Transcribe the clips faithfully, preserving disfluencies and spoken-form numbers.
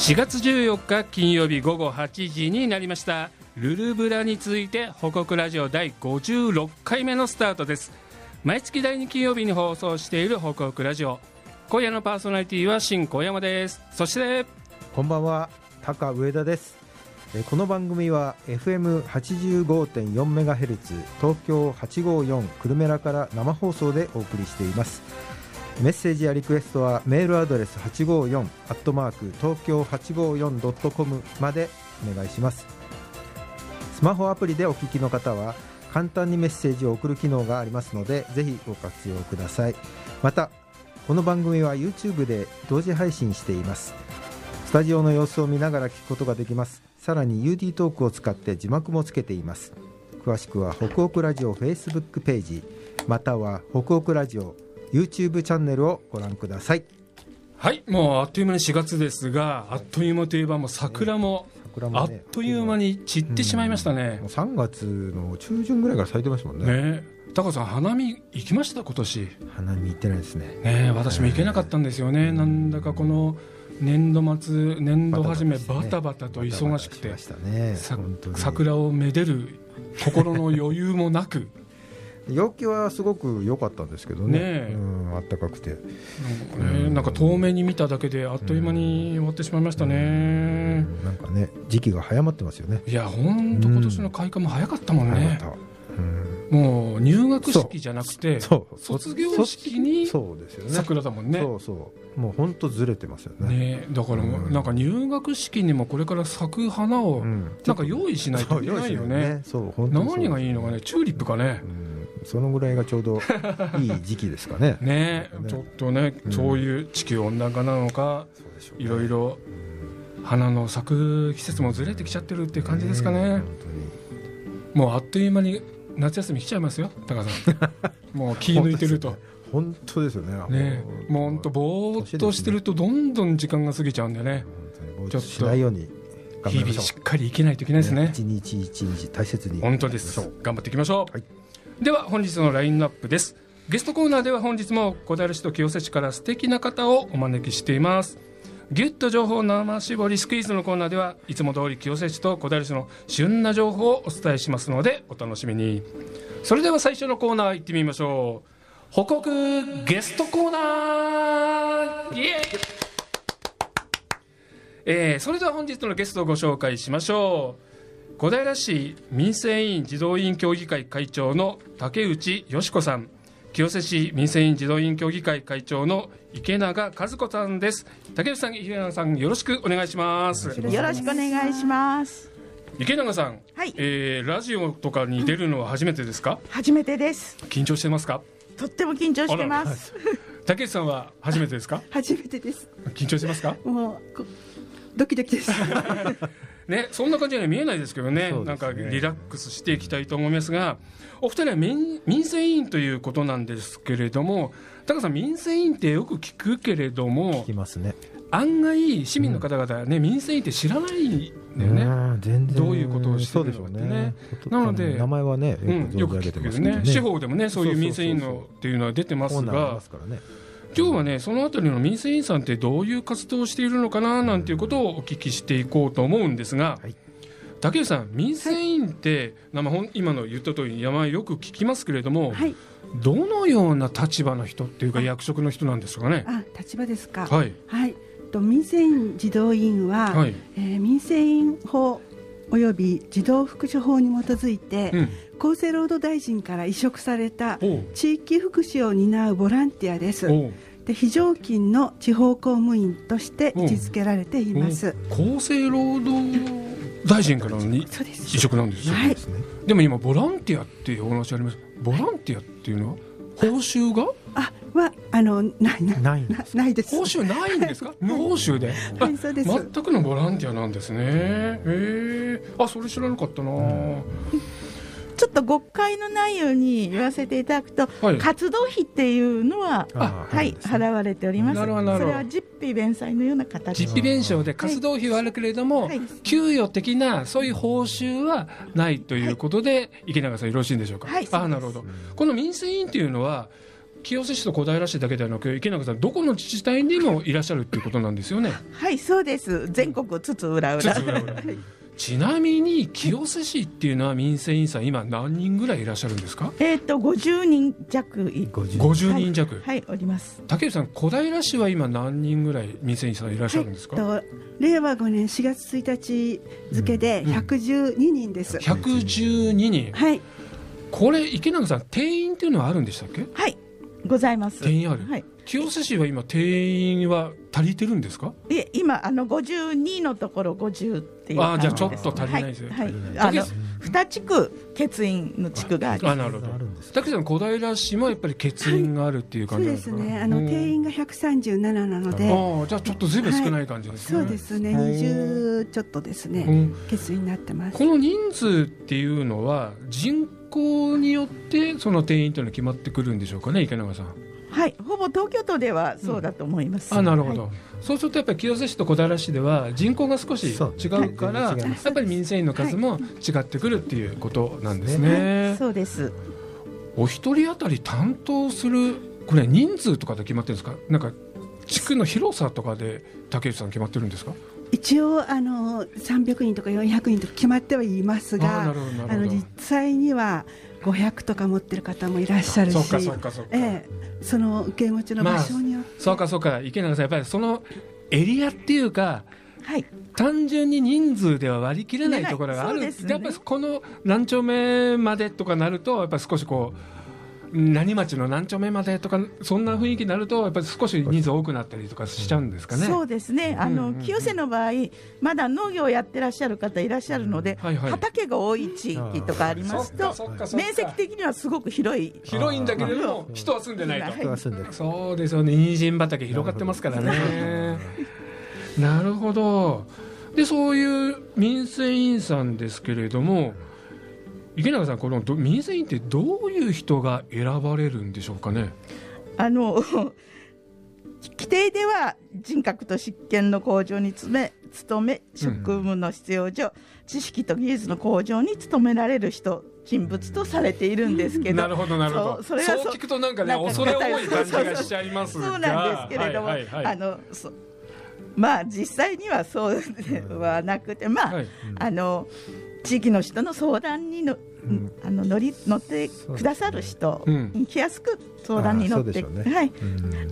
しがつじゅうよっか金曜日午後はちじになりました。ルルブラに続いて報告ラジオだいごじゅうろっかいめのスタートです。毎月だいに金曜日に放送している報告ラジオ、今夜のパーソナリティは新小山です。そしてこんばんは、高上田です。この番組は エフエムはちじゅうごてんよんメガヘルツ 東京はちごよん久留米らから生放送でお送りしています。メッセージやリクエストはメールアドレス はちごよん アットマーク 東京はちごよん ドットコム までお願いします。スマホアプリでお聞きの方は簡単にメッセージを送る機能がありますので、ぜひご活用ください。またこの番組は YouTube で同時配信しています。スタジオの様子を見ながら聞くことができます。さらに ユーディー トークを使って字幕もつけています。詳しくは北欧ラジオ Facebook ページ、または北欧ラジオ YouTube チャンネルをご覧ください。 はい、もうあっという間にしがつですが、あっという間といえばもう桜もあっという間に散ってしまいましたね。 もうさんがつの中旬ぐらいから咲いてましたもん ね, ね高橋さん、花見行きました？今年花見行ってないです ね, ね私も行けなかったんですよね。なんだかこの年度末年度始めバタバタと忙しくて、桜をめでる心の余裕もなく陽気はすごく良かったんですけど ね, ね、うん、あったかくてなんか、ねうん、なんか遠目に見ただけであっという間に終わってしまいましたね、うん、 なんかね時期が早まってますよね。 いや本当今年の開花も早かったもんね、うん、もう入学式じゃなくて卒業式に桜だもんね。 そうそうもう本当ずれてますよ ね, ねだからなんか入学式にもこれから咲く花をなんか用意しないといけないよね。何がいいのかね、チューリップかね、うんそのぐらいがちょうどいい時期ですかね。 ねちょっとね、うん、そういう地球温暖化なのか、ね、いろいろ花の咲く季節もずれてきちゃってるっていう感じですかね。本当にもうあっという間に夏休み来ちゃいますよ、高さんもう気抜いてると本当ですよ ね, ねもう本当ぼーっとしてるとどんどん時間が過ぎちゃうんでね、 ちょっとしないように日々しっかり生きないといけないですね。 一日一日大切に本当です。頑張っていきましょう、はい。では本日のラインナップです。ゲストコーナーでは本日も小平市と清瀬市から素敵な方をお招きしています。ギュッと情報生絞りスクイーズのコーナーではいつも通り清瀬市と小平市の旬な情報をお伝えしますのでお楽しみに。それでは最初のコーナー行ってみましょう。報告ゲストコーナーイエーイ、えー、それでは本日のゲストをご紹介しましょう。小平市民生委員児童委員協議会会長の竹内よし子さん、清瀬市民生委員児童委員協議会会長の池永和子さんです。竹内さん、池永さん、よろしくお願いします。 よろしくお願いします。 池永さん、 はいえー、ラジオとかに出るのは初めてですか？ 初めてです。 緊張してますか？ とっても緊張してます。 竹内さんは初めてですか？ 初めてです。 緊張してますか？ もうドキドキですね、そんな感じには見えないですけど ね, ねなんかリラックスしていきたいと思いますが、お二人は 民, 民生委員ということなんですけれども、高さん、民生委員ってよく聞くけれども、 聞きますね。 案外市民の方々は、ねうん、民生委員って知らないんだよね。 全然どういうことをしてるのかってね。 なので名前はねよく存じ上げてますけどね、 うん、司法でもねそういう民生委員のっていうのは出てますが、今日はねそのあたりの民生委員さんってどういう活動をしているのかななんていうことをお聞きしていこうと思うんですが、はい、竹内さん、民生委員って、はい、今の言った通り山よく聞きますけれども、はい、どのような立場の人っていうか役職の人なんですかね？ あ、立場ですか。 はい、 はい、と民生委員児童委員は、はいえー、民生委員法および児童福祉法に基づいて、うん、厚生労働大臣から委嘱された地域福祉を担うボランティアです。で非常勤の地方公務員として位置づけられています。 厚生労働大臣からの委嘱なんですよ、はい、でも今ボランティアっていうお話あります。ボランティアっていうのは報酬があはあのないなないなないです。 報酬ないんですか？無報酬で、 はい、そうです。 全くのボランティアなんですね。へえ、あ、それ知らなかったな、うんちょっと誤解のないように言わせていただくと、はい、活動費っていうのは、はい、払われております。 なるほどなるほど。 それは実費弁済のような形。 実費弁償で活動費はあるけれども、はい、給与的なそういう報酬はないということで、はい、池永さんよろしいんでしょうか？ はい、 あ、なるほど。この民生委員というのは清瀬市と小平市だけではなく、池永さんどこの自治体にもいらっしゃるっていうことなんですよね。 はい、そうです。全国津々浦々。 津々浦々ちなみに清瀬市っていうのは民生委員さん今何人ぐらいいらっしゃるんですか？ えっとごじゅうにん弱。 ごじゅうにん弱、 はい、はい、おります。 竹内さん、小平市は今何人ぐらい民生委員さんいらっしゃるんですか？ はい、れいわごねんしがつついたち付でひゃくじゅうににんです。 ひゃくじゅうににん。 はい。 これ池永さん、定員っていうのはあるんでしたっけ？ はい、ございます。 定員ある。 はい。 清瀬市は今定員は足りてるんですか？ いえ、今あのごじゅうにのところごじゅうっていう感じです。 あ、じゃあちょっと足りないですよ。 はい、はい、あのに地区欠員の地区があります。 あ、なるほど。竹内さん、小平市もやっぱり欠員があるっていう感じなんですか？ そうですね。あの定員がひゃくさんじゅうなななので、 ああ、じゃあちょっとずいぶん少ない感じですね。 はい、そうですね。にじゅうちょっとですね、うん、欠員になってます。 この人数っていうのは人口によってその定員というのは決まってくるんでしょうかね、池永さん。 はい、ほぼ東京都ではそうだと思います。 うん、あ、なるほど。はい、そうするとやっぱり清瀬市と小平市では人口が少し違うから、はい、やっぱり民生委員の数も違ってくるっていうことなんですね。 はい、そうです。 お一人当たり担当するこれ人数とかで決まってるんですか？なんか地区の広さとかで竹内さん決まってるんですか？ 一応あのさんびゃくにんとかよんひゃくにんとか決まってはいますが、ああの実際にはごひゃくとか持ってる方もいらっしゃるし、 そうかそうかそうか、 ええ、その受け持ちの場所によって、まあ、 そうかそうか、池永さん、やっぱりそのエリアっていうか、 はい、 単純に人数では割り切れないところがある、ね、やっぱりこの何丁目までとかなるとやっぱり少しこう何町の何丁目までとかそんな雰囲気になるとやっぱり少し人数多くなったりとかしちゃうんですかね。 そうですね。あの、うんうんうん、清瀬の場合まだ農業をやってらっしゃる方いらっしゃるので、はいはい、畑が多い地域とかありますと面積的にはすごく広い広いんだけれども人は住んでないと、 人は住んでる。 そうですよね。人参畑広がってますからね。なるほど。でそういう民生委員さんですけれども、池永さん、この民生委員ってどういう人が選ばれるんでしょうかね。 あの規定では人格と執権の向上に努め職務の必要上、うん、知識と技術の向上に努められる人人物とされているんですけど、 なるほどなるほど。そ, そ, そう聞くとなんかね恐れ多い感じがしちゃいますが、 そうなんですけれども、はいはいはい、あのまあ実際にはそうではなくて、まあ、はい、あの地域の人の相談にの、うん、あの乗り乗ってくださる人、うん、来やすく相談に乗って、ね、はい、うん、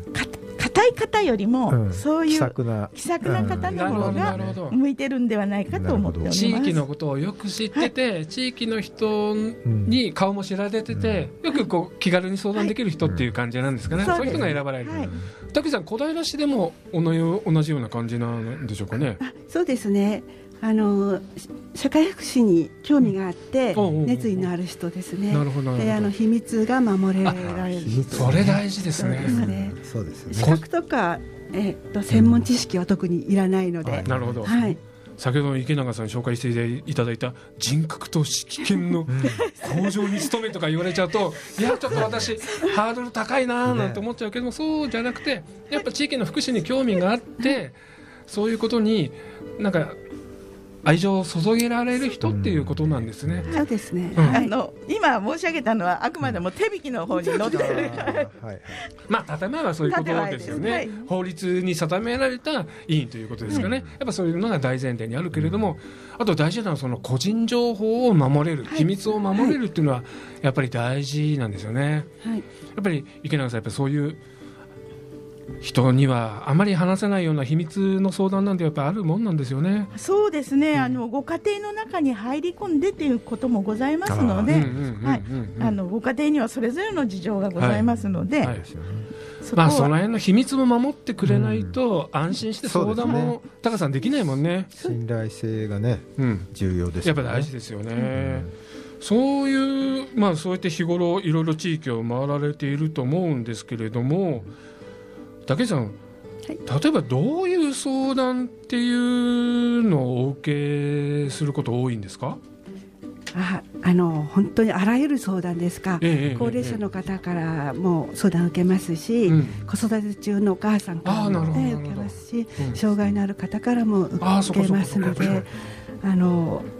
か硬い方よりも、うん、そういう気さくな、気さくな方の方が向いてるんではないかと思っております。 地域のことをよく知ってて、はい、地域の人に顔も知られてて、うん、よくこう気軽に相談できる人っていう感じなんですかね、はい、そういう人が選ばれる。はい、竹さん、小平市でも同じような感じなんでしょうかね。 あ、そうですね。あの社会福祉に興味があって、うん、熱意のある人ですね。 なるほど。 で、あの秘密が守れられる。 それ大事ですね。 そうですね。資格とか、えっと専門知識は特にいらないので。はい、 なるほど。はい。先ほど池永さんに紹介していただいた人格と識見の向上に努めとか言われちゃうといやちょっと私ハードル高いななんて思っちゃうけども、そうじゃなくてやっぱ地域の福祉に興味があってそういうことになんか愛情を注げられる人っていうことなんですね。 うん、そうですね。 うん、あの今申し上げたのはあくまでも手引きの方に乗ってる。 はい、まあ建前はそういうことですよね。はい、法律に定められた委員ということですかね。はい、やっぱそういうのが大前提にあるけれども、あと大事なのはその個人情報を守れる、はい、秘密を守れるっていうのはやっぱり大事なんですよね。はい、やっぱり池永さん、やっぱりそういう人にはあまり話せないような秘密の相談なんてやっぱりあるもんなんですよね。 そうですね、うん、あのご家庭の中に入り込んでということもございますので、ご家庭にはそれぞれの事情がございますので、はいはい、 そまあ、その辺の秘密も守ってくれないと安心して相談もタカさんできないもんね。 信頼性がね、うん、重要ですよね。やっぱり大事ですよね。うん、そういう、まあ、そうやって日頃いろいろ地域を回られていると思うんですけれども、竹内さん、はい、例えばどういう相談っていうのをお受けすること多いんですか？ ああの本当にあらゆる相談ですか、ええ、高齢者の方からも相談を受けますし、うん、子育て中のお母さんからも、ね、受けますし、うん、障害のある方からも受けますので、あの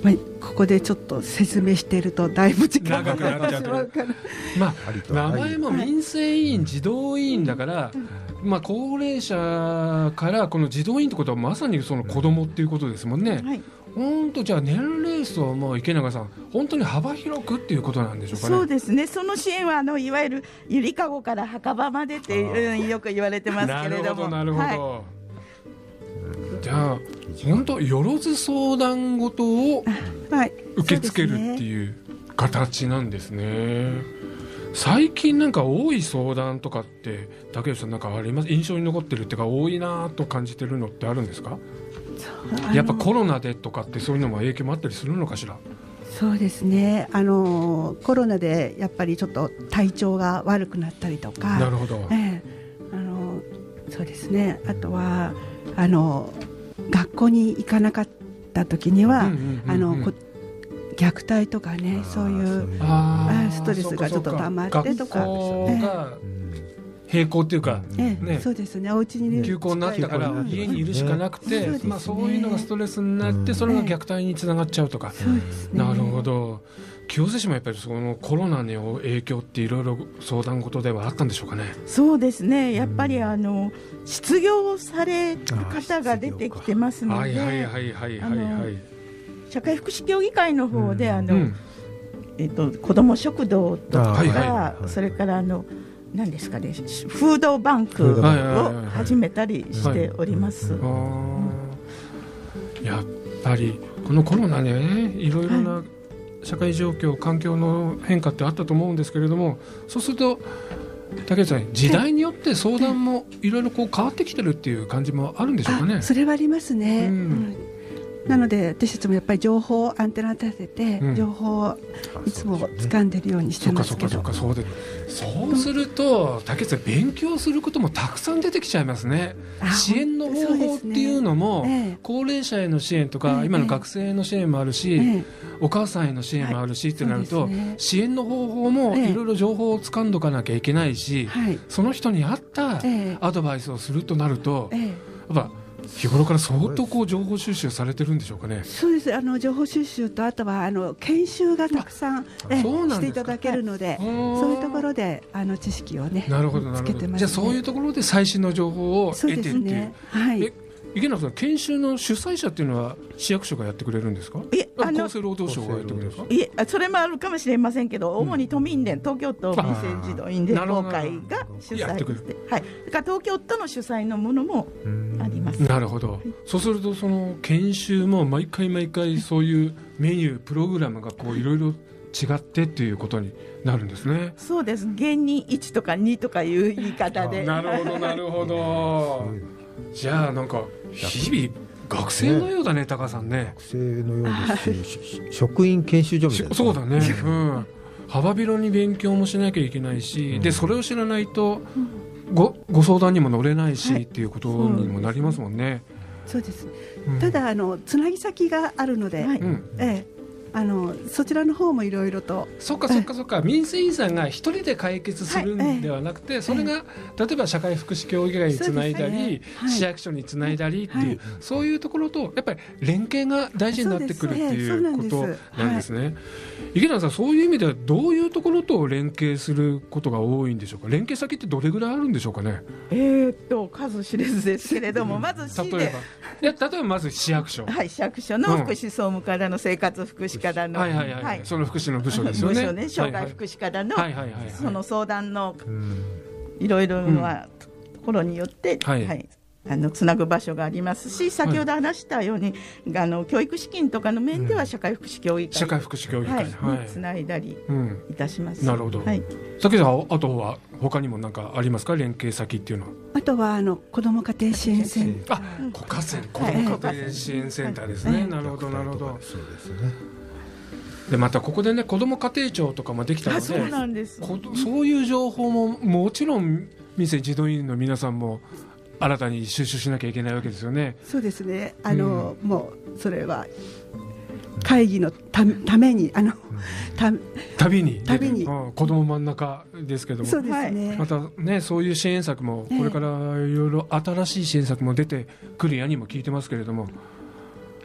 まあ、ここでちょっと説明しているとだいぶ時間がかかってしまうからまあ、名前も民生委員、児童委員だから、まあ、高齢者からこの児童委員ってことはまさにその子供っていうことですもんね、はい、本当じゃあ年齢層も池永さん本当に幅広くっていうことなんでしょうかね。 そうですね、その支援はあのいわゆるゆりかごから墓場までってよく言われてますけれども、 なるほどなるほど、はい、じゃあ本当よろず相談事を受け付けるっていう形なんですね。最近なんか多い相談とかって竹内さんなんかあります？印象に残ってるっていうか多いなと感じてるのってあるんですか？やっぱコロナでとかってそういうのも影響もあったりするのかしら？ そうですね、あのコロナでやっぱりちょっと体調が悪くなったりとか。 なるほど、 ええ、あのそうですね、あとはあの学校に行かなかった時には、うんうんうんうん、あのこ虐待とかね、そういうあストレスがちょっと溜まってとか、学校が並行っていうか、 ええね、そうですね、お家に休校になったから家にいるしかなくて、ね、まあ、そういうのがストレスになって、うん、それが虐待につながっちゃうとか、 そうですね、 なるほど。清瀬市もやっぱりそのコロナの影響っていろいろ相談事ではあったんでしょうかね。 そうですね、やっぱりあの失業される方が出てきてますので、社会福祉協議会の方で、うん、あの、うん、えっと、子ども食堂とか、はいはい、それからあの何ですかね、フードバンクを始めたりしております。 やっぱりこのコロナね、いろいろな社会状況、環境の変化ってあったと思うんですけれども、そうすると竹内さん、時代によって相談もいろいろこう変わってきてるっていう感じもあるんでしょうかね。 それはありますね、うん、なので私たちもやっぱり情報をアンテナ立てて、うん、情報をいつも掴んでるようにしてますけど、 そうかそうかそうか、そうすると竹内さん、勉強することもたくさん出てきちゃいますね。支援の方法っていうのも、ね、ええ、高齢者への支援とか、ええ、今の学生への支援もあるし、ええ、お母さんへの支援もあるし、はい、ってなると、ね、支援の方法もいろいろ情報を掴んどかなきゃいけないし、ええ、その人に合ったアドバイスをするとなると、ええ、やっぱ日頃から相当こう情報収集されてるんでしょうかね。 そうです、あの情報収集と、あとはあの研修がたくさんえしていただけるので、そういうところであの知識をね、 なるほどなるほど、ね、じゃあそういうところで最新の情報を得てっていう。そうですね、はい。池永さん、研修の主催者っていうのは市役所がやってくれるんですか？いえ、あの厚生労働省がやってくれるんですか？ いえ、それもあるかもしれませせんけど、主に都民連、東京都民生児童員連合会が主催して、はい、だから東京都の主催のものもあります。 なるほど、はい、そうするとその研修も毎回毎回そういうメニュープログラムがこういろいろ違ってっていうことになるんですね。 そうです、減にいちとかにとかいう言い方で。 なるほどなるほどじゃあなんか日々学生のようだね、ね、高さんね。 学生のようですし職員研修所みたいな。 そうだね、うん、幅広に勉強もしなきゃいけないし、うん、でそれを知らないと ご, ご相談にも乗れないし、はい、っていうことにもなりますもんね。 そうです、うん、ただあのつなぎ先があるので、はい、うん、ええ、あのそちらの方もいろいろと。 そっかそっかそっか、民生委員さんが一人で解決するんではなくて、はい、それが、例えば社会福祉協議会につないだり、ね、はい、市役所につないだりっていう、はい、そういうところとやっぱり連携が大事になってくるっていうことなんですね。池永さん、そういう意味ではどういうところと連携することが多いんでしょうか。連携先ってどれぐらいあるんでしょうかね。 えー、っと数知れずですけれども、まず市で、 例えばいや例えばまず市役所、 はい、市役所の福祉総務課の生活福祉課の、 はいはいはいはい、その福祉の部署ですよね。部署ね、 障害福祉課のその相談のいろいろなところによって、うん、はい、はい、あのつなぐ場所がありますし、先ほど話したように、はい、あの教育資金とかの面では社会福祉協議会、 社会福祉協議会、 はいはい、つないだりいたします、うん、 なるほど、はい、先ほどあとは他にも何かありますか、連携先っていうのは。 あとはあの子ども家庭支援センター、 あ、子家セン、子ども家庭支援センターですね、はい、なるほどなるほど、 そうですね。 でまたここでね、子ども家庭庁とかもできたので、 そうなんです、 そういう情報ももちろん民生児童委員の皆さんも新たに収集しなきゃいけないわけですよね。 そうですね、あの、うん、もうそれは会議の た, ためにあの、た旅に旅に、 うん、子ども真ん中ですけども、 そうですね、 またね、そういう支援策もこれからいろいろ新しい支援策も出てくるやにも聞いてますけれども、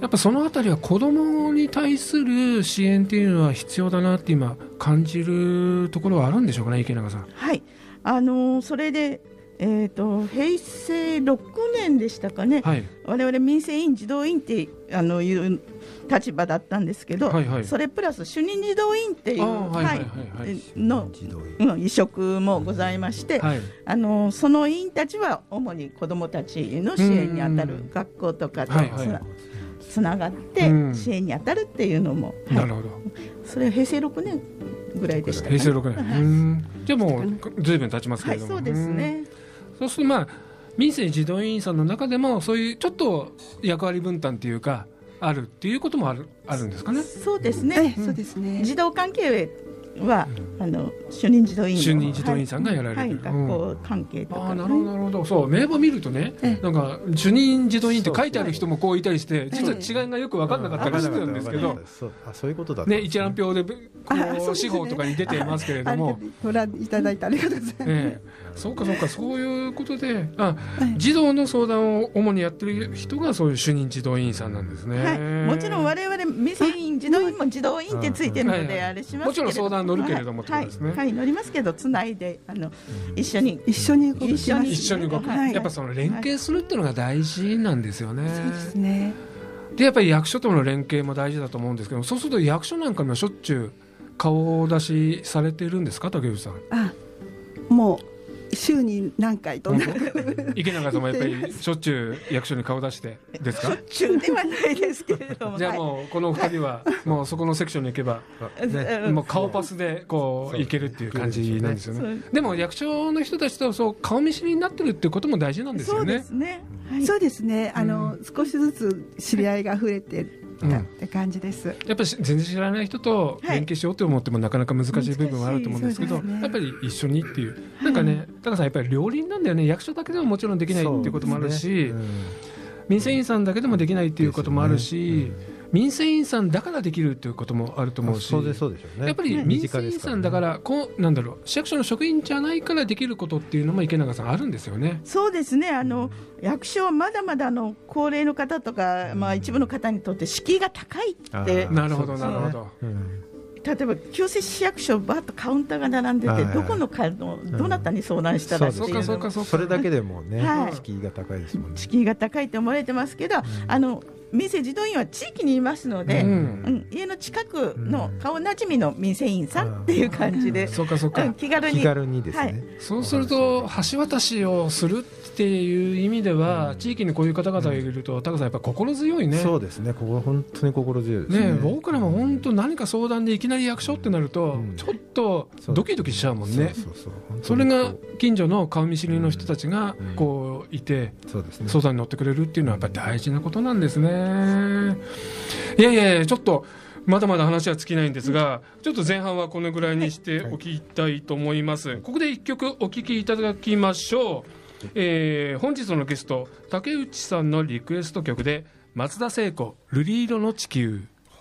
やっぱそのあたりは子どもに対する支援っていうのは必要だなって今感じるところはあるんでしょうかね、池永さん。 はい、あのー、それで、えーと、平成ろくねんでしたかね、はい、我々民生委員児童委員ってあのいう立場だったんですけど、はいはい、それプラス主任児童委員っていうの委嘱もございまして、はい、あのその委員たちは主に子どもたちの支援に当たる学校とかとつながって支援に当たるっていうのも、はい、なるほど。それは平成ろくねんぐらいでしたかね。 平成ろくねん、はい、うんじゃあもうずいぶん経ちますけれども、 はい、そうですね。 そうするとまあ民生児童委員さんの中でもそういうちょっと役割分担というかあるっていうこともあるあるんですかね。 そうですね、うん、そうですね。児童関係は、うん、あの主任児童委員主任児童委員さんがやられる、 はいはい、学校関係とか、ね、 あなるほどなるほど。そう名簿見るとね、なんか主任児童委員って書いてある人もこういたりして、実は違いがよく分かんなかったりしてるんですけど、 そういうことだね、一覧表でこう司法とかに出ていますけれども、 ご覧いただいてありがとうございます、 ね、そうかそうか、そういうことであ、児童の相談を主にやってる人がそういう主任児童委員さんなんですね、 はい、もちろん我々民生委員児童委員も児童委員ってついてるのであれしますけれども、もちろん相談乗るけれども、 はいはいはい、乗りますけどつないであの一緒に一緒に動く一緒に一緒に動く、はい、やっぱその連携するっていうのが大事なんですよね、はい、 そうですね。 でやっぱり役所との連携も大事だと思うんですけど、そうすると役所なんかにはしょっちゅう顔出しされているんですか、竹内さん。 あもう週に何回と池永さんもやっぱりしょっちゅう役所に顔出してですか。しょっちゅうではないですけれどもじゃあもうこのお二人はもうそこのセクションに行けば、ね、もう顔パスでこう行けるっていう感じなんですよね。でも役所の人たちとそう顔見知りになってるっていうことも大事なんですよね。 そうですね、 はい、そうですね。あの、うん、少しずつ知り合いが増えてって感じです、うん、 やっぱり全然知らない人と連携しようと思ってもなかなか難しい部分はあると思うんですけど、はい、やっぱり一緒にっていう、なんかね、高さんやっぱり両輪なんだよね。役所だけでももちろんできないっていうこともあるし、ね、うん、民生委員さんだけでもできないっていうこともあるし、民生委員さんだからできるっていうこともあると思うし、 そうですそうでしょうね。 やっぱり民生委員さんだからこうなんだろう、市役所の職員じゃないからできることっていうのも池永さんあるんですよね。 そうですね。あの、うん、役所はまだまだあの高齢の方とか、まあ、一部の方にとって敷居が高いって。 なるほどなるほど、うん、 例えば清瀬市役所バーッとカウンターが並んでて、どこのかのどなたに相談したらっていうの、 それだけでもね、はい、敷居が高いですもんね。 敷居が高いと思われてますけど、うん、あの民生児童委員は地域にいますので、うんうん、家の近くの顔なじみの民生委員さんっていう感じで、 そうかそうか、 気軽に気軽にですね、はい、 そうすると橋渡しをするっていう意味では、うん、地域にこういう方々がいると、高さんやっぱ心強いね。 そうですね、ここ本当に心強いです ね, ね。僕らも本当何か相談でいきなり役所ってなると、うん、ちょっとドキドキしちゃうもんね。それが近所の顔見知りの人たちがこういて、うん、そうですね、相談に乗ってくれるっていうのはやっぱり大事なことなんですね。いやいやいや、ちょっとまだまだ話は尽きないんですが、ちょっと前半はこのぐらいにしておきたいと思います、はいはい、ここで一曲お聴きいただきましょう、えー、本日のゲスト竹内さんのリクエスト曲で松田聖子瑠璃色の地球。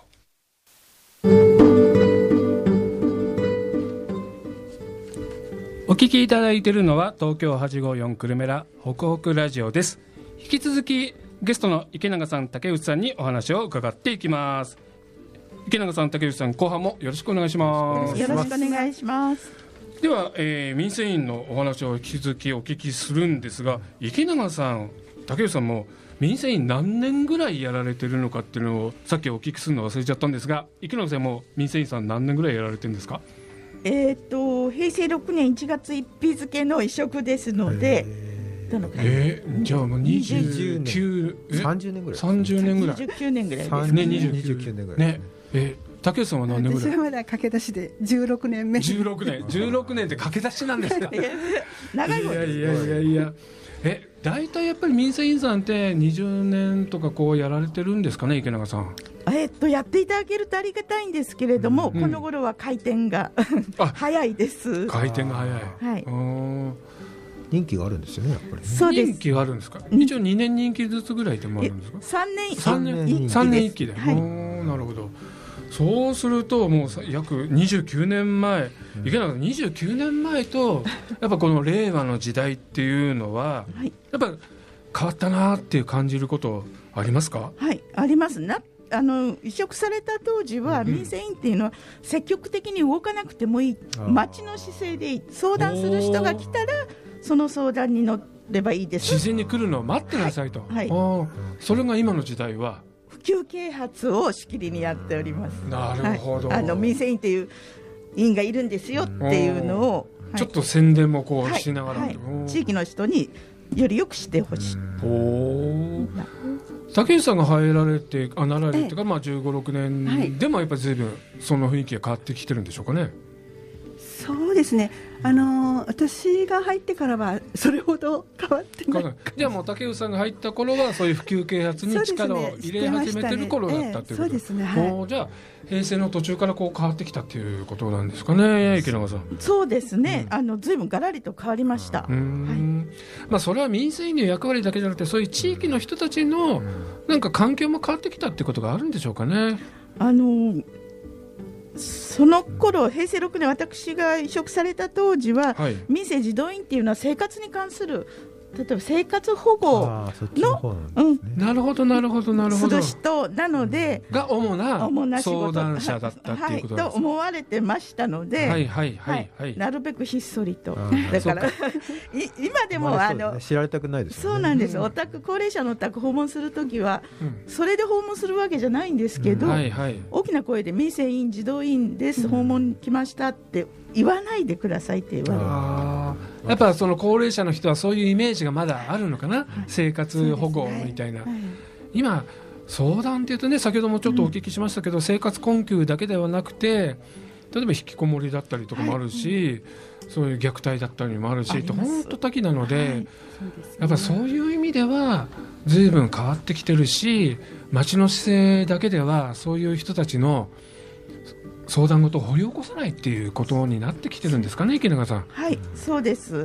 お聴きいただいているのは東京はちごよん久留米らホクホクラジオです。引き続きゲストの池永さん、竹内さんにお話を伺っていきます。池永さん、竹内さん、後半もよろしくお願いします。 よろしくお願いします。 では、えー、民生委員のお話を引き続きお聞きするんですが、池永さん、竹内さんも民生委員何年ぐらいやられてるのかっていうのをさっきお聞きするの忘れちゃったんですが、池永さんも民生委員さん何年ぐらいやられてるんですか？ えー、と平成ろくねんいちがついっ日付の委嘱ですので、 どのくらい、えー、じゃあもうにじゅうきゅう、 さんじゅうねんぐらい、 さんじゅうねんぐらい、 にじゅうきゅうねんぐらいですね。 にじゅうきゅうねんぐらいね。えー竹内さんは何年ぐらい？ 私はまだ駆け出しでじゅうろくねんめ。 じゅうろくねん、じゅうろくねんって駆け出しなんですか？ 長い方です。 いやいやいやいや、え、大体やっぱり民生委員さんってにじゅうねんとかこうやられてるんですかね、池永さん。 えっとやっていただけるとありがたいんですけれども、うん、この頃は回転が早いです。 回転が早い。 はい。 任期があるんですよね、やっぱり、ね。 そうです。 任期があるんですか。一応にねん任期ずつぐらいでもあるんですか。 さんねん、 さんねん、さんねん一期で。はい、なるほど。そうするともう約にじゅうきゅうねんまえ、うん、池永さんにじゅうきゅうねんまえとやっぱこの令和の時代っていうのは、はい、やっぱ変わったなっていう感じることありますか？ はい、ありますな。あの移植された当時は、うん、民生委員っていうのは積極的に動かなくてもいい、町の姿勢でいい、相談する人が来たらその相談に乗ればいいです、 自然に来るのを待ってなさいと、 はいはい、 それが今の時代は普及啓発をしきりにやっております。 なるほど、 はい、あの民生委員っていう委員がいるんですよっていうのを、 はい、ちょっと宣伝もこうしながら、 はいはい、地域の人によりよくしてほしい。 お竹内さんが入られてあなられてから、まあ、じゅうご、ろくねんでもやっぱり随分その雰囲気が変わってきてるんでしょうかね。 そうですね、あのー、私が入ってからはそれほど変わってない。 じゃあもう竹内さんが入った頃はそういう普及啓発に力を入れ始めてる頃だったっていうこと。 そうですね、はい、 じゃあ平成の途中からこう変わってきたっていうことなんですかね、池永さん。 そうですね、うん、あの随分がらりと変わりました。 うん、はい、まあ、それは民生委員の役割だけじゃなくてそういう地域の人たちのなんか環境も変わってきたってことがあるんでしょうかね。 あのその頃平成ろくねん私が移植された当時は、はい、民生児童院っていうのは生活に関する例えば生活保護の、 うん、なるほどなるほどなるほどする人なのでが主な相談者だったっていうことなんです、 はい、と思われてましたので、 はいはいはいはい、 なるべくひっそりとだから今でもあの知られたくないですよね。 そうなんです、うん、お宅高齢者のお宅訪問するときは、うん、それで訪問するわけじゃないんですけど、うん、はいはい、大きな声で民生委員児童委員です、うん、訪問に来ましたって言わないでくださいって言われる。 あ、やっぱその高齢者の人はそういうイメージがまだあるのかな、はい、生活保護みたいな、ね、はい、今相談っていうとね、先ほどもちょっとお聞きしましたけど、うん、生活困窮だけではなくて例えば引きこもりだったりとかもあるし、はい、うん、そういう虐待だったりもあるしって本当多岐なので、はい、そうですね、やっぱそういう意味では随分変わってきてるし、町の姿勢だけではそういう人たちの相談事を掘り起こさないっていうことになってきてるんですかね、池永さん。 はい、そうです。はい、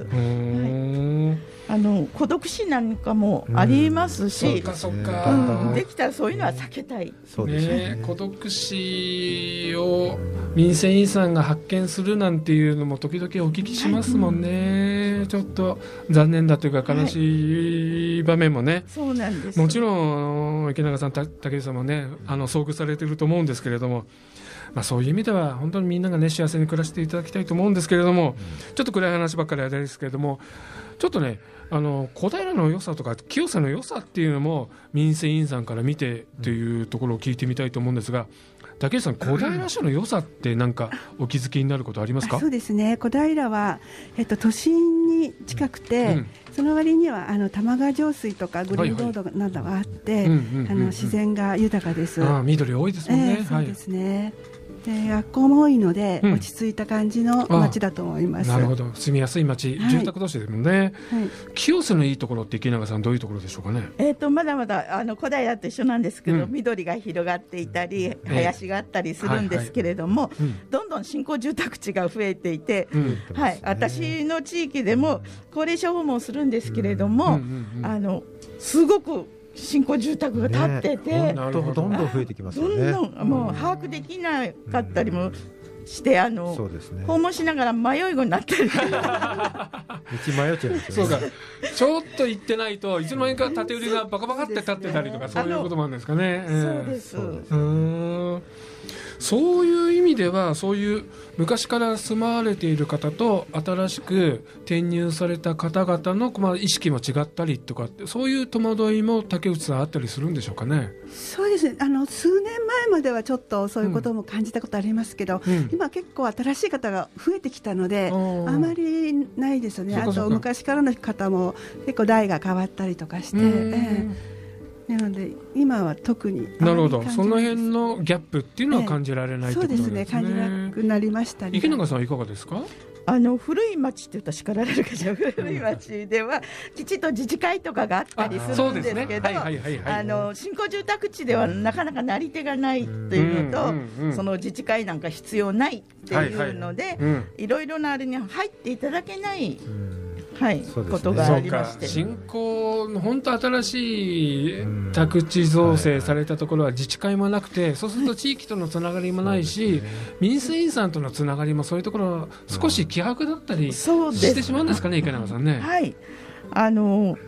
あの孤独死なんかもありますし、 そうかそうか、 うん、できたらそういうのは避けたい。 そうですね、孤独死を民生委員さんが発見するなんていうのも時々お聞きしますもんね、はい、ちょっと残念だというか悲しい場面もね、はい、 そうなんです。 もちろん池永さん、竹内さんもね、あの遭遇されていると思うんですけれども、まあ、そういう意味では本当にみんなが、ね、幸せに暮らしていただきたいと思うんですけれども、うん、ちょっと暗い話ばっかりあれですけれども、ちょっとね、あの小平の良さとか清瀬の良さっていうのも民生委員さんから見てというところを聞いてみたいと思うんですが、竹内さん、小平市の良さって何かお気づきになることありますか？ そうですね、小平は、えっと、都心に近くて、うん、その割にはあの玉川上水とかグリーンロードなどがあって自然が豊かです。 あ、緑多いですもんね、 えー、そうですね、はい、で学校も多いので、うん、落ち着いた感じの街だと思います。 なるほど、住みやすい街、はい、住宅都市ですもんね、はい、清瀬のいいところって池永さん、どういうところでしょうかね。 えー、とまだまだあの小平と一緒なんですけど、うん、緑が広がっていたり林があったりするんですけれども、えーはいはい、どんどん新興住宅地が増えていて、うん、はい、私の地域でも高齢者訪問するんですけれども、うんうんうんうん、あのすごく新興住宅が建ってて、ね、 どんどん増えてきますよね。 どんどんもう把握できなかったりもして、あの、そうですね、訪問しながら迷い子になったり道迷っちゃうんですよね。 そうか、ちょっと行ってないといつの間にか建て売りがバカバカって建ってたりとか、そういうこともあるんですかね。 そうです、えー、 うーん、そういう意味ではそういう昔から住まわれている方と新しく転入された方々の、まあ、意識も違ったりとか、そういう戸惑いも竹内さんあったりするんでしょうかね。 そうですね、あの数年前まではちょっとそういうことも感じたことありますけど、うん、今結構新しい方が増えてきたので、うん、あまりないですよね。あと昔からの方も結構代が変わったりとかして、ええ、なので今は特になるほど、その辺のギャップっていうのは感じられない、ええ、ということですね。 そうですね、感じなくなりましたね。 池永さんはいかがですか？ あの古い町って言うと叱られるかしら、古い町ではきちっと自治会とかがあったりするんですけど、新興住宅地ではなかなかなり手がないっていうのと、うんうんうん、その自治会なんか必要ないっていうので、はいはい、うん、いろいろなあれに入っていただけない、うん、はい、ね、ことがありまして、 新興の本当新しい宅地造成されたところは自治会もなくて、そうすると地域とのつながりもないし、民生委員さんとのつながりもそういうところは少し希薄だったりしてしまうんですかね、池永さんね。 はい、あの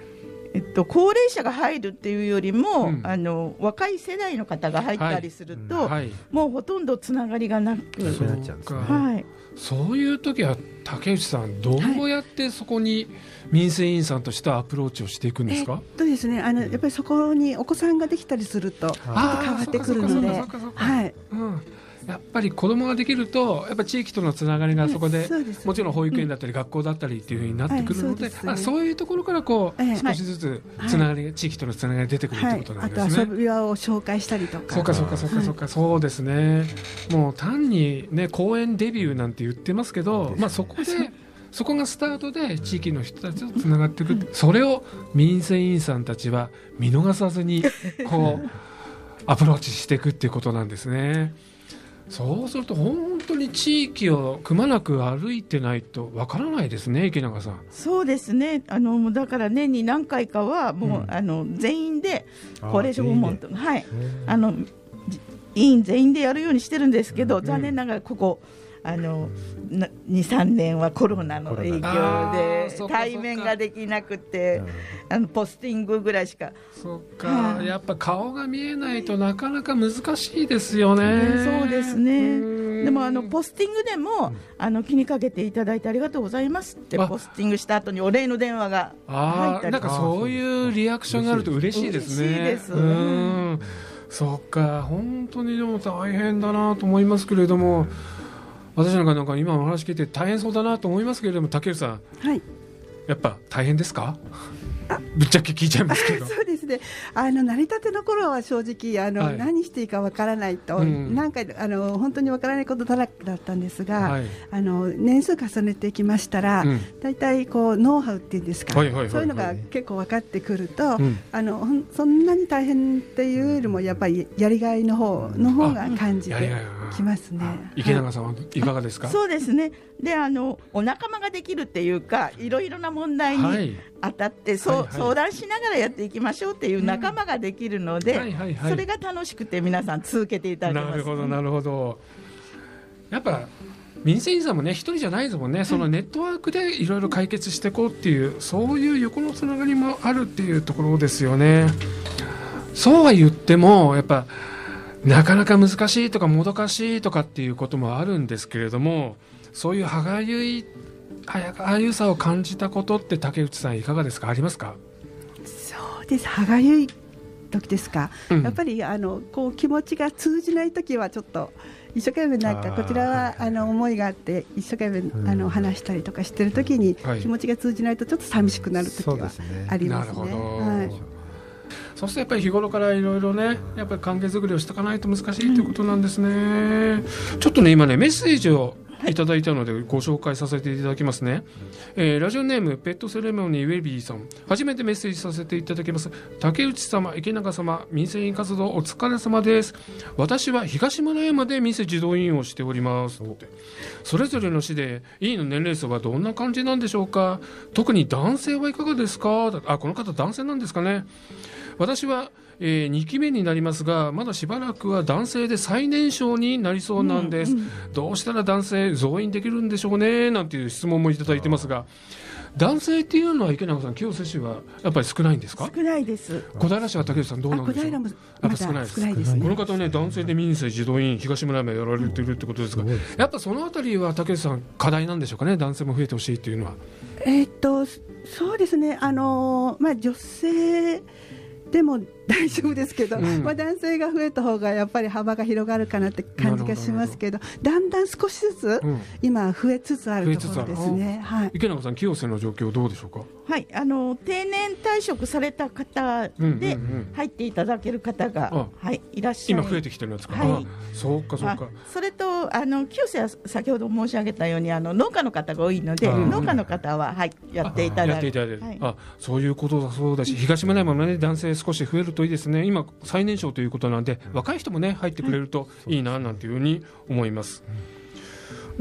えっと、高齢者が入るっていうよりも、うん、あの若い世代の方が入ったりすると、はいうんはい、もうほとんどつながりがなくそうなっちゃうんですね、はい、そういう時は竹内さんどうやってそこに民生委員さんとしてアプローチをしていくんですか？ えっとですね、あのやっぱりそこにお子さんができたりすると変わってくるので、はい、 うんやっぱり子供ができるとやっぱ地域とのつながりがそこ で, で、ね、もちろん保育園だったり学校だったりっていうふうになってくるので、はい そうですね、そういうところからこう、えー、少しずつつながり、はい、地域とのつながりが出てくるということなんですね、はい、 あと遊び場を紹介したりとかそうかそうかそうかそうか、はい、そうですねもう単に、ね、公園デビューなんて言ってますけど、まあ、そこでそこがスタートで地域の人たちとつながっていく、うん、それを民生委員さんたちは見逃さずにこうアプローチしていくっていうことなんですね。そうすると本当に地域をくまなく歩いてないとわからないですね、池永さん。 そうですね、あのだから年に何回かはもう、うん、あの全員で高齢者訪問と、はい、あの委員全員でやるようにしてるんですけど、うん、残念ながらここあのにさんねんはコロナの影響で対面ができなくて、あのポスティングぐらいしか。 そっか、はあ、やっぱ顔が見えないとなかなか難しいですよね。 そうですね。でもあのポスティングでもあの気にかけていただいてありがとうございますってポスティングした後にお礼の電話が入ったり、 なんかそういうリアクションがあると嬉しいですね。 嬉しいです。うん、そっか、本当にでも大変だなと思いますけれども、私なんかなんか今の話聞いて大変そうだなと思いますけれども、竹内さん、 はい、 やっぱ大変ですか？ぶっちゃけ聞いちゃいますけど。 そうですね、あの成り立ての頃は正直あの、はい、何していいかわからないと、うん、なんかあの本当にわからないことだらけだったんですが、はい、あの年数重ねていきましたら、うん、だいたいこうノウハウっていうんですか、はいはいはいはい、そういうのが結構分かってくると、うん、あのそんなに大変っていうよりもやっぱりやりがいの方の方が感じてきますね。 池永さんはいかがですか？ そうですね、であのお仲間ができるっていうか、いろいろな問題に当たって、はい、そうはいはい、相談しながらやっていきましょうっていう仲間ができるので、うんはいはいはい、それが楽しくて皆さん続けていただきます。 なるほどなるほど。やっぱ民生委員さんもね一人じゃないですもんね、はい、そのネットワークでいろいろ解決していこうっていう、そういう横のつながりもあるっていうところですよね。そうは言ってもやっぱなかなか難しいとかもどかしいとかっていうこともあるんですけれども、そういう歯がゆい歯がゆさを感じたことって竹内さんいかがですか？ありますか？ そうです、歯がゆい時ですか、うん、やっぱりあのこう気持ちが通じない時はちょっと一生懸命なんかこちらはあの思いがあって一生懸命あの話したりとかしてる時に気持ちが通じないとちょっと寂しくなる時はありますね。はい、 そうするとやっぱり日頃からいろいろねやっぱり関係づくりをしていかないと難しいということなんですね、うん、ちょっとね今ねメッセージをいただいたのでご紹介させていただきますね、えー、ラジオネームペットセレモニーウェビーさん、初めてメッセージさせていただきます。竹内様、池永様、民生委員活動お疲れ様です。私は東村山で民生児童委員をしております。それぞれの市で委員の年齢層はどんな感じなんでしょうか？特に男性はいかがですか？あ、この方男性なんですかね。私はえー、にきめになりますがまだしばらくは男性で最年少になりそうなんです、うんうん、どうしたら男性増員できるんでしょうねなんていう質問もいただいてますが、男性っていうのは池永さん清瀬市はやっぱり少ないんですか？ 少ないです。 小平市は竹内さんどうなんでしょう？ 小平もやっぱ少ないです。 少ないですね。 この方ね男性で民生児童委員東村山やられているってことですが、うん、やっぱそのあたりは竹内さん課題なんでしょうかね、男性も増えてほしいっていうのは。 えー、っとそうですね、あのーまあ、女性でも大丈夫ですけど、うん、まあ、男性が増えた方がやっぱり幅が広がるかなって感じがしますけど、だんだん少しずつ今増えつつあるところですね、はい、 池永さん清瀬の状況どうでしょうか？ はい、あの定年退職された方で入っていただける方が、うんうんうん、はい、いらっしゃる。 今増えてきてるんですか？ はい、 そうかそうか。 それとあの清瀬は先ほど申し上げたようにあの農家の方が多いので、農家の方は、はい、やっていただいて、はい、 あ、そういうことだそうだし、東村山もね男性少し増えるといいですね。今最年少ということなんで若い人もね入ってくれるといいななんていうふうに思います、はい、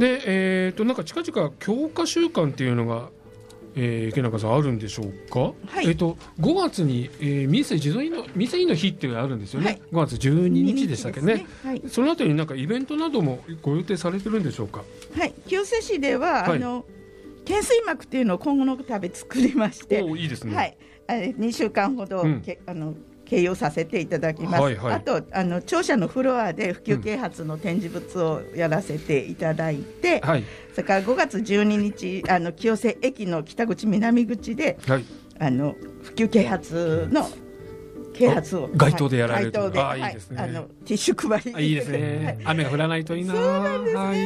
で、えー、となんか近々強化週間っていうのが、えー、池永さんあるんでしょうか？はい、えー、とごがつに、えー、民生児童委員の民生委員の日っていうのがあるんですよね、はい、ごがつじゅうににちでしたっけ ね, ね、はい、そのあたりになんかイベントなどもご予定されてるんでしょうか？ はい、清瀬市では、はい、あの懸垂膜っていうのを今後の度作りまして、 おいいですね、 はい、にしゅうかんほど、うん、けあの掲揚させていただきます、はいはい、あとあの庁舎のフロアで普及啓発の展示物をやらせていただいて、うんはい、それからごがつじゅうににちあの清瀬駅の北口南口で、はい、あの普及啓発の啓発を街頭でやられると、 はい、 あいいですね、はい、あのティッシュ配り、 あいいですね、はい、雨が降らないといいな。 そうなんですね、はい、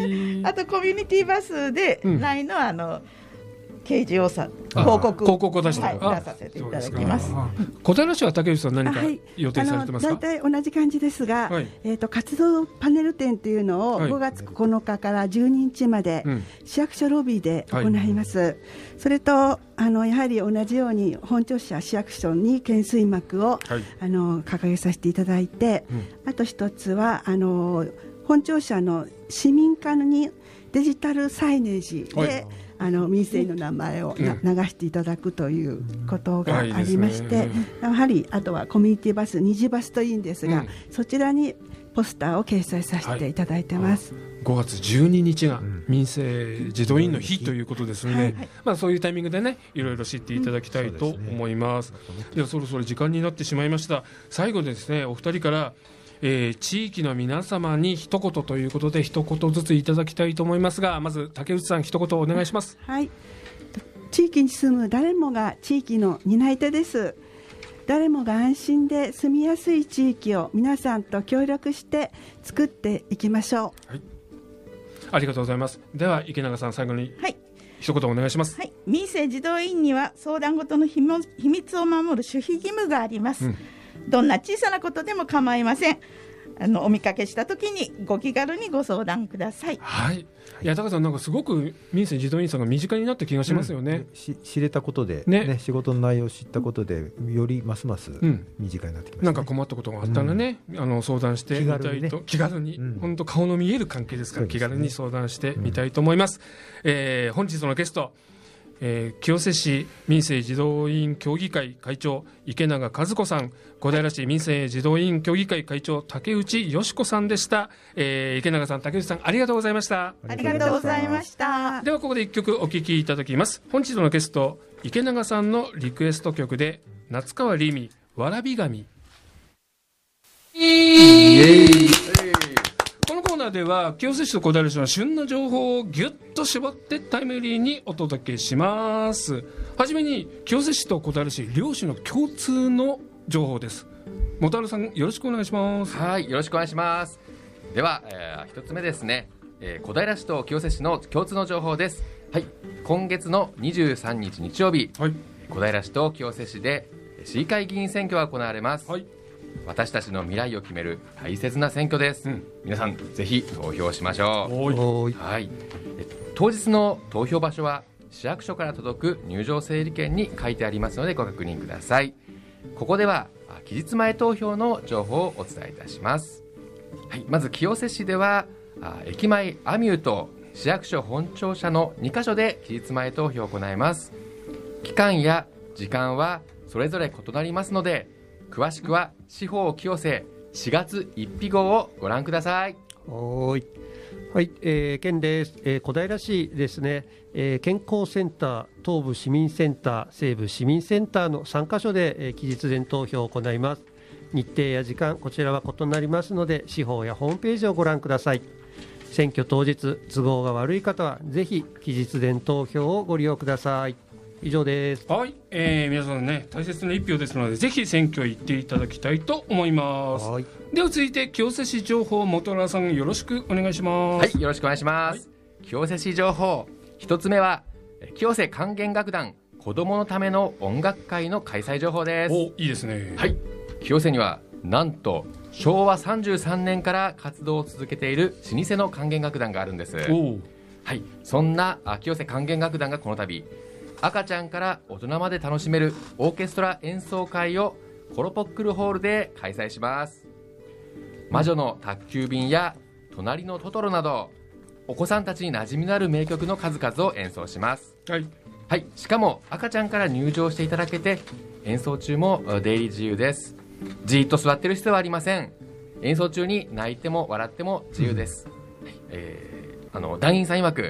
あとコミュニティバスで ライン のあの掲示をさ広告広告を出して、 はい、出させていただきます。 小平市は竹内さん何か予定されてますか？ 大体、はい、同じ感じですが、はい、えー、と活動パネル展というのをごがつここのかからじゅうににちまで市役所ロビーで行います、はい、それとあのやはり同じように本庁舎市役所に懸垂幕を、はい、あの掲げさせていただいて、うん、あと一つはあの本庁舎の市民課にデジタルサイネージで、はい、あの民生の名前を、うん、流していただくということがありまして、うん、やはりあとはコミュニティバス二次バスといいんですが、うん、そちらにポスターを掲載させていただいてます、はい、 ごがつじゅうににちが民生児童委員の日ということですので、はい、まあ、そういうタイミングでねいろいろ知っていただきたいと思います、うん、ではそろそろ時間になってしまいました。最後ですね、お二人からえー、地域の皆様に一言ということで一言ずついただきたいと思いますが、まず竹内さん一言お願いします。 はい、地域に住む誰もが地域の担い手です。誰もが安心で住みやすい地域を皆さんと協力して作っていきましょう。 はい、ありがとうございます。では池永さん最後に一言お願いします。 はい、民生児童委員には相談事の秘密を守る守秘義務があります、うん、どんな小さなことでも構いません。あのお見かけしたときにご気軽にご相談ください。 はい、いや高さんなんかすごく民生児童委員さんが身近になった気がしますよね、 うん、し知れたことで、ねね、仕事の内容を知ったことでよりますます身近になってきました、ね、 なんか困ったことがあったらね、うん、あの相談してみたいと気軽に、ね、気軽に、うん、本当顔の見える関係ですから、ね、気軽に相談してみたいと思います、うん、えー、本日のゲストえー、清瀬市民生児童委員協議会会長池永和子さん、小平市民生児童委員協議会会長竹内よし子さんでした、えー、池永さん竹内さんありがとうございました。 ありがとうございました。 ではここで一曲お聴きいただきます。本日のゲスト池永さんのリクエスト曲で夏川りみわらび神。イエーイ。このコーナーでは清瀬市と小平市の旬の情報をギュッと絞ってタイムリーにお届けします。はじめに清瀬市と小平市両市の共通の情報です。本原さんよろしくお願いします。 はい、よろしくお願いします。では、えー、一つ目ですね、えー、小平市と清瀬市の共通の情報です。はい、今月のにじゅうさんにち日曜日、はい、小平市と清瀬市で市議会議員選挙が行われます、はい、私たちの未来を決める大切な選挙です、うん、皆さんぜひ投票しましょう。おい、はい、当日の投票場所は市役所から届く入場整理券に書いてありますのでご確認ください。ここでは期日前投票の情報をお伝えいたします、はい、まず清瀬市では駅前アミューと市役所本庁舎のにかしょで期日前投票を行います。期間や時間はそれぞれ異なりますので詳しくは市法清瀬しがつついたち号をご覧ください。 はい、はい、えー、県です、えー、小平市ですね、えー、健康センター、東部市民センター、西部市民センターのさんかしょで、えー、期日前投票を行います。日程や時間こちらは異なりますので市法やホームページをご覧ください。選挙当日都合が悪い方はぜひ期日前投票をご利用ください。以上です。 はい、えー、皆さんね大切な一票ですのでぜひ選挙行っていただきたいと思います。はい、では続いて清瀬市情報本原さんよろしくお願いします。 はい、よろしくお願いします、はい、清瀬市情報一つ目は清瀬管弦楽団子どものための音楽会の開催情報です。 お、いいですね。 はい、清瀬にはなんとしょうわさんじゅうさんねんから活動を続けている老舗の管弦楽団があるんです。お、はい、そんな清瀬管弦楽団がこの度赤ちゃんから大人まで楽しめるオーケストラ演奏会をコロポックルホールで開催します。魔女の宅急便や隣のトトロなどお子さんたちに馴染みのある名曲の数々を演奏します。はい、はい、しかも赤ちゃんから入場していただけて演奏中も出入り自由です。じーっと座ってる必要はありません。演奏中に泣いても笑っても自由です、うん、はい、えー、あの団員さん曰く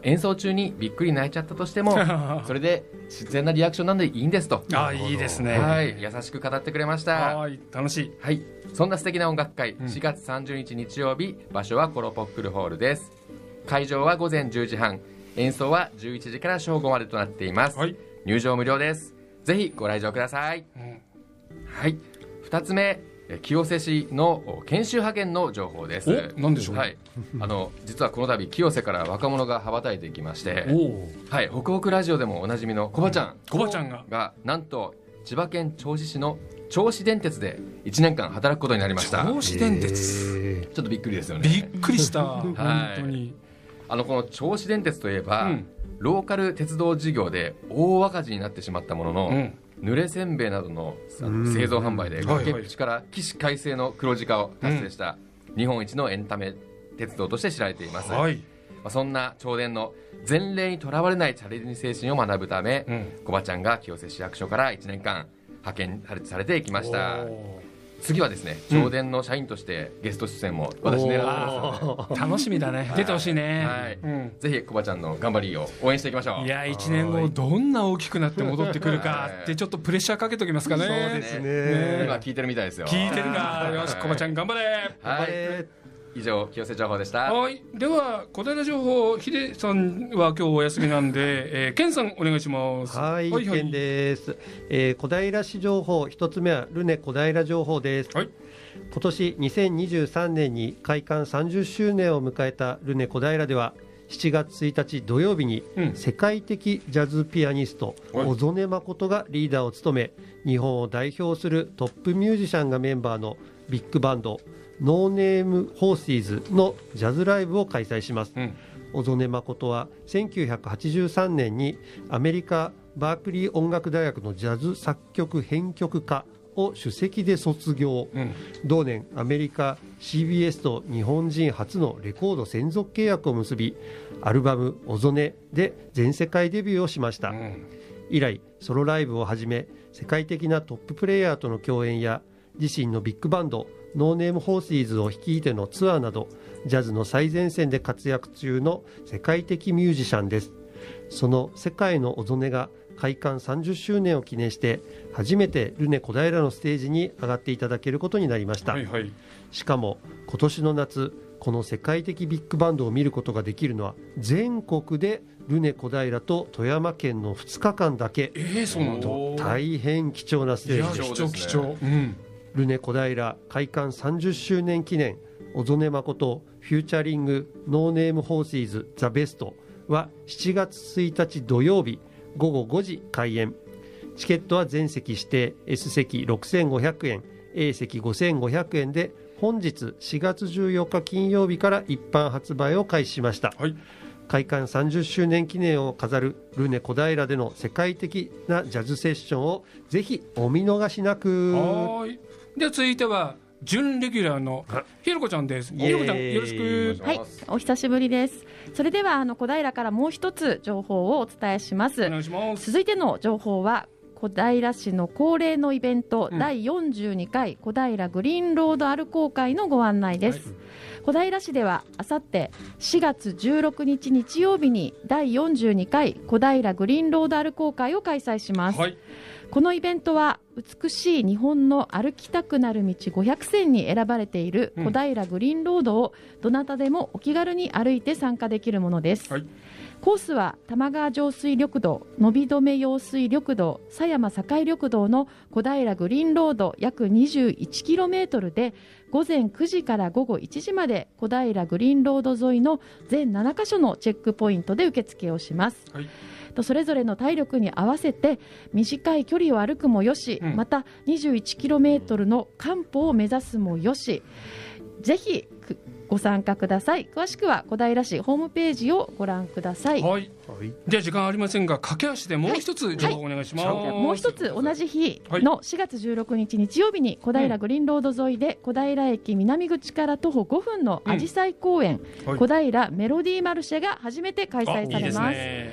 演奏中にびっくり泣いちゃったとしてもそれで自然なリアクションなんでいいんですと。 あ、いいですね。 はい、優しく語ってくれました。 はい、楽しい。 はい、そんな素敵な音楽会、しがつさんじゅうにち日曜日、場所はコロポックルホールです。会場はごぜんじゅうじはん、演奏はじゅういちじから正午までとなっています。はい、入場無料です。ぜひご来場ください。うん、はい、ふたつめ、清瀬市の研修派遣の情報です。 何でしょう。 はい、あの実はこの度清瀬から若者が羽ばたいてきまして、はい、北北ラジオでもおなじみのコバちゃん、 コバちゃんががなんと千葉県銚子市の銚子電鉄でいちねんかん働くことになりました。 銚子電鉄、 ちょっとびっくりですよね。 びっくりした本当に。 あのこの銚子電鉄といえば、うん、ローカル鉄道事業で大赤字になってしまったものの、うん、濡れせんべいなどの製造販売で崖っぷちから起死回生の黒字化を達成した日本一のエンタメ鉄道として知られています。はい、まあ、そんな銚電の前例にとらわれないチャレンジ精神を学ぶため、うん、コバちゃんが清瀬市役所からいちねんかん派遣されていきました。次はですね、銚電の社員としてゲスト出演も私狙ってますので、 楽しみだね。出てほしいね。 はい、うん、ぜひコバちゃんの頑張りを応援していきましょう。 いや、いちねんごどんな大きくなって戻ってくるかってちょっとプレッシャーかけときますかね。 そうですね。今聞いてるみたいですよ。 聞いてるな。よし、コバちゃん頑張れ。 頑張れ。以上、清瀬情報でした。 はい、では小平情報、ヒデさんは今日お休みなんで、えー、ケンさんお願いします。 はい、はいはい、ケンです。えー、小平市情報一つ目はルネ小平情報です。はい、今年にせんにじゅうさんねんに開館さんじゅっしゅうねんを迎えたルネ小平では、しちがつついたち土曜日に世界的ジャズピアニスト、うん、小曽根誠がリーダーを務め、日本を代表するトップミュージシャンがメンバーのビッグバンドノーネームホーシーズのジャズライブを開催します。うん、小曽根誠はせんきゅうひゃくはちじゅうさんねんにアメリカバークリー音楽大学のジャズ作曲編曲科を首席で卒業、うん、同年アメリカ シービーエス と日本人初のレコード専属契約を結び、アルバム「小曽根」で全世界デビューをしました。うん、以来ソロライブをはじめ世界的なトッププレイヤーとの共演や、自身のビッグバンドノーネームホーシーズを率いてのツアーなど、ジャズの最前線で活躍中の世界的ミュージシャンです。その世界の小曽根が開館さんじゅっしゅうねんを記念して初めてルネ小平のステージに上がっていただけることになりました。はいはい、しかも今年の夏、この世界的ビッグバンドを見ることができるのは全国でルネ小平と富山県のふつかかんだけ。 えー、そうなんだ。 大変貴重なステージです。 貴重貴重、うん、 ルネ小平開館さんじゅっしゅうねん記念、小曽根誠フューチャリングノーネームホーシーズザベストはしちがつついたち土曜日ごごごじ開演。チケットは全席指定、 S 席ろくせんごひゃくえん、 A 席ごせんごひゃくえんで、本日しがつじゅうよっか金曜日から一般発売を開始しました。はい、開館さんじゅっしゅうねん記念を飾るルネ小平での世界的なジャズセッションをぜひお見逃しなく。 はい、では続いては準レギュラーのひろこちゃんです。ひろこちゃん、よろしく。 はい、お久しぶりです。それではあの小平からもう一つ情報をお伝えします。 お願いします。 続いての情報は小平市の恒例のイベント、うん、だいよんじゅうにかい小平グリーンロード歩行会のご案内です。はい、小平市ではあさってしがつじゅうろくにち日曜日にだいよんじゅうにかい小平グリーンロード歩行会を開催します。はい、このイベントは美しい日本の歩きたくなる道ごひゃくせんに選ばれている小平グリーンロードをどなたでもお気軽に歩いて参加できるものです。はい、コースは玉川上水緑道、伸び止め用水緑道、狭山境緑道の小平グリーンロード約 にじゅういちキロメートル で、午前くじから午後いちじまで小平グリーンロード沿いの全ななかしょのチェックポイントで受付をします。はい、それぞれの体力に合わせて短い距離を歩くもよし、うん、また にじゅういちキロメートル の完歩を目指すもよし、ぜひご参加ください。詳しくは小平市ホームページをご覧ください。 はい、では時間ありませんが、駆け足でもう一つ情報お願いします。はいはい、 もう一つ同じ日のしがつじゅうろくにち日曜日に小平グリーンロード沿いで小平駅南口から徒歩ごふんのあじさい公園、うん、はい、小平メロディーマルシェが初めて開催されます。いいですね。小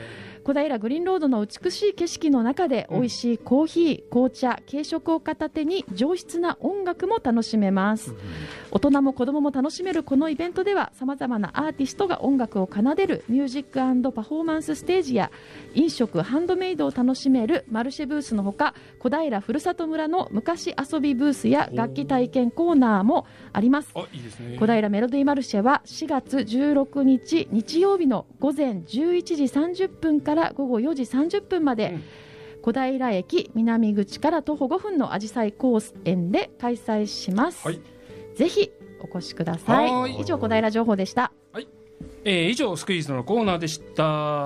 小平グリーンロードの美しい景色の中で美味しいコーヒー、紅茶、軽食を片手に上質な音楽も楽しめます。大人も子供も楽しめるこのイベントでは、さまざまなアーティストが音楽を奏でるミュージック&パフォーマンスステージや、飲食、ハンドメイドを楽しめるマルシェブースのほか、小平ふるさと村の昔遊びブースや楽器体験コーナーもあります。 あ、いいですね。 小平メロディーマルシェはしがつじゅうろくにち日曜日の午前じゅういちじさんじゅっぷんから午後よじさんじゅっぷんまで、うん、小平駅南口から徒歩ごふんのあじさい公園で開催します、はい、ぜひお越しください。以上、小平情報でした。 はい、えー、以上スクイーズのコーナーでした。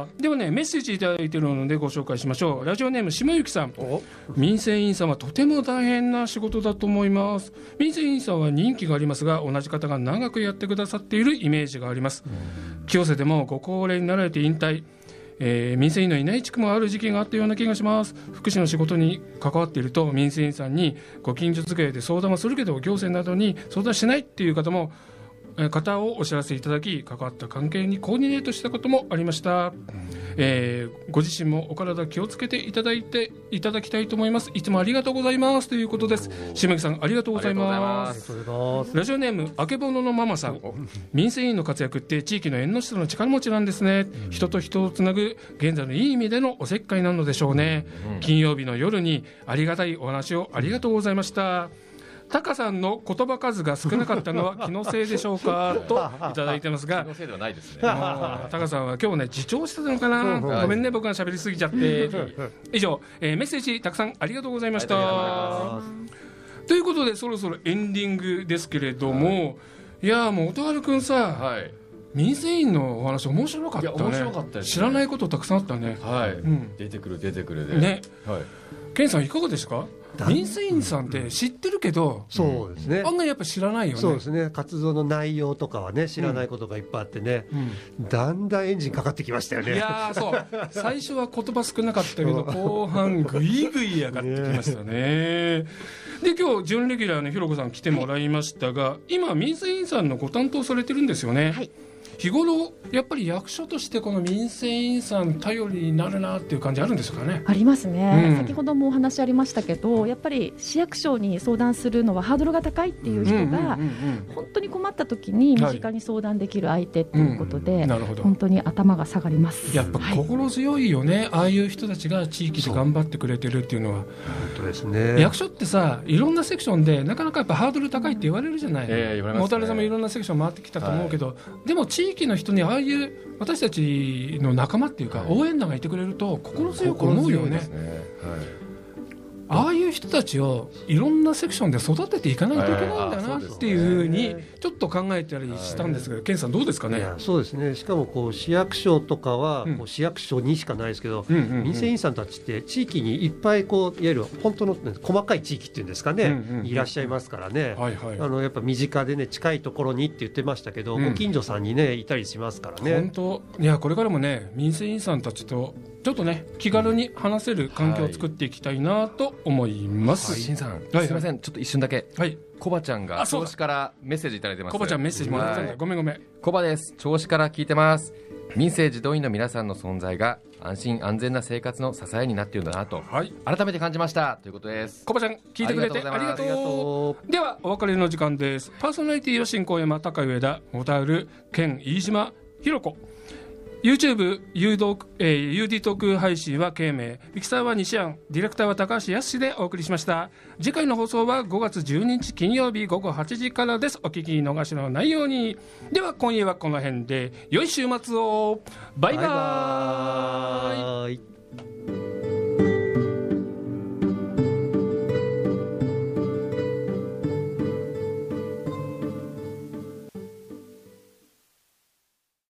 ではね、メッセージいただいているのでご紹介しましょう。ラジオネーム下幸さん。民生委員さんはとても大変な仕事だと思います。民生委員さんは任期がありますが、同じ方が長くやってくださっているイメージがあります。清瀬でもご高齢になられて引退、えー、民生委員のいない地区もある時期があったような気がします。福祉の仕事に関わっていると、民生委員さんにご近所付けで相談はするけど行政などに相談しないっていう方も方をお知らせいただき、関わった関係にコーディネートしたこともありました、えー、ご自身もお体気をつけていただいていただきたいと思います。いつもありがとうございますということです。下木さん、ありがとうございます。ラジオネームあけぼののママさん。民生委員の活躍って地域の縁の下の力持ちなんですね、うん、人と人をつなぐ現在のいい意味でのおせっかいなのでしょうね、うん、金曜日の夜にありがたいお話をありがとうございました。タカさんの言葉数が少なかったのは気のせいでしょうかといただいてますが、 気のせいではないですね。 タカさんは今日ね自重してたのかなごめんね、僕が喋りすぎちゃって以上、えー、メッセージたくさんありがとうございました。ということで、そろそろエンディングですけれども、はい、いやもう音春くんさ、はい、民生委員のお話面白かったね。 面白かったですね。 知らないことたくさんあったね。 はい、うん、出てくる出てくるでね、 はい、 ケンさんいかがですか？民生委員さんって知ってるけど、 そうですね、 案外やっぱ知らないよね。 そうですね、活動の内容とかはね知らないことがいっぱいあってね、うん、だんだんエンジンかかってきましたよね。 いやそう最初は言葉少なかったけど後半グイグイ上がってきましたね。で今日準レギュラーのひろこさん来てもらいましたが、はい、今民生委員さんのご担当されてるんですよね。はい、日頃やっぱり役所としてこの民生委員さん頼りになるなっていう感じあるんですかね？ ありますね、うん、先ほどもお話ありましたけど、やっぱり市役所に相談するのはハードルが高いっていう人が本当に困った時に身近に相談できる相手っていうことで、はいうん、なるほど、本当に頭が下がります。 やっぱ心強いよね、はい、ああいう人たちが地域で頑張ってくれてるっていうのは。 本当ですね。 役所ってさ、いろんなセクションでなかなかやっぱハードル高いって言われるじゃない。えー、言われますね。モタルさんもいろんなセクション回ってきたと思うけど、はい、でも地域の人にああいう私たちの仲間っていうか、はい、応援団がいてくれると心強く思うよね。ああいう人たちをいろんなセクションで育てていかないといけないんだなっていうふうにちょっと考えたりしたんですけど、ケンさんどうですかね？ いやそうですね。しかもこう市役所とかはこう市役所にしかないですけど、うんうんうんうん、民生委員さんたちって地域にいっぱいこういわゆる本当の細かい地域っていうんですかね、うんうんうん、いらっしゃいますからね、はいはい、あのやっぱ身近でね近いところにって言ってましたけど、うん、ご近所さんにねいたりしますからね。 本当いやこれからもね民生委員さんたちとちょっとね気軽に話せる環境を作っていきたいなと思います。 はい、しんさん、はい、すみません、ちょっと一瞬だけ、はい、コバちゃんが銚子からメッセージいただいてます。 コバちゃんメッセージもらったんだ、はい、ごめんごめん。 コバです、銚子から聞いてます。民生児童員の皆さんの存在が安心安全な生活の支えになっているんだなと、はい、改めて感じましたということです。 コバちゃん聞いてくれてありがとう。ではお別れの時間です。パーソナリティは新高山高上田小田原県飯島ひろこ、YouTube 有道、えー、ユーディー トーク配信は慶明、ミキサーは西安、ディレクターは高橋康でお送りしました。次回の放送はごがつじゅうににち金曜日午後はちじからです。お聞き逃しのないように。では今夜はこの辺で良い週末を。バイバーイ。バイバーイ。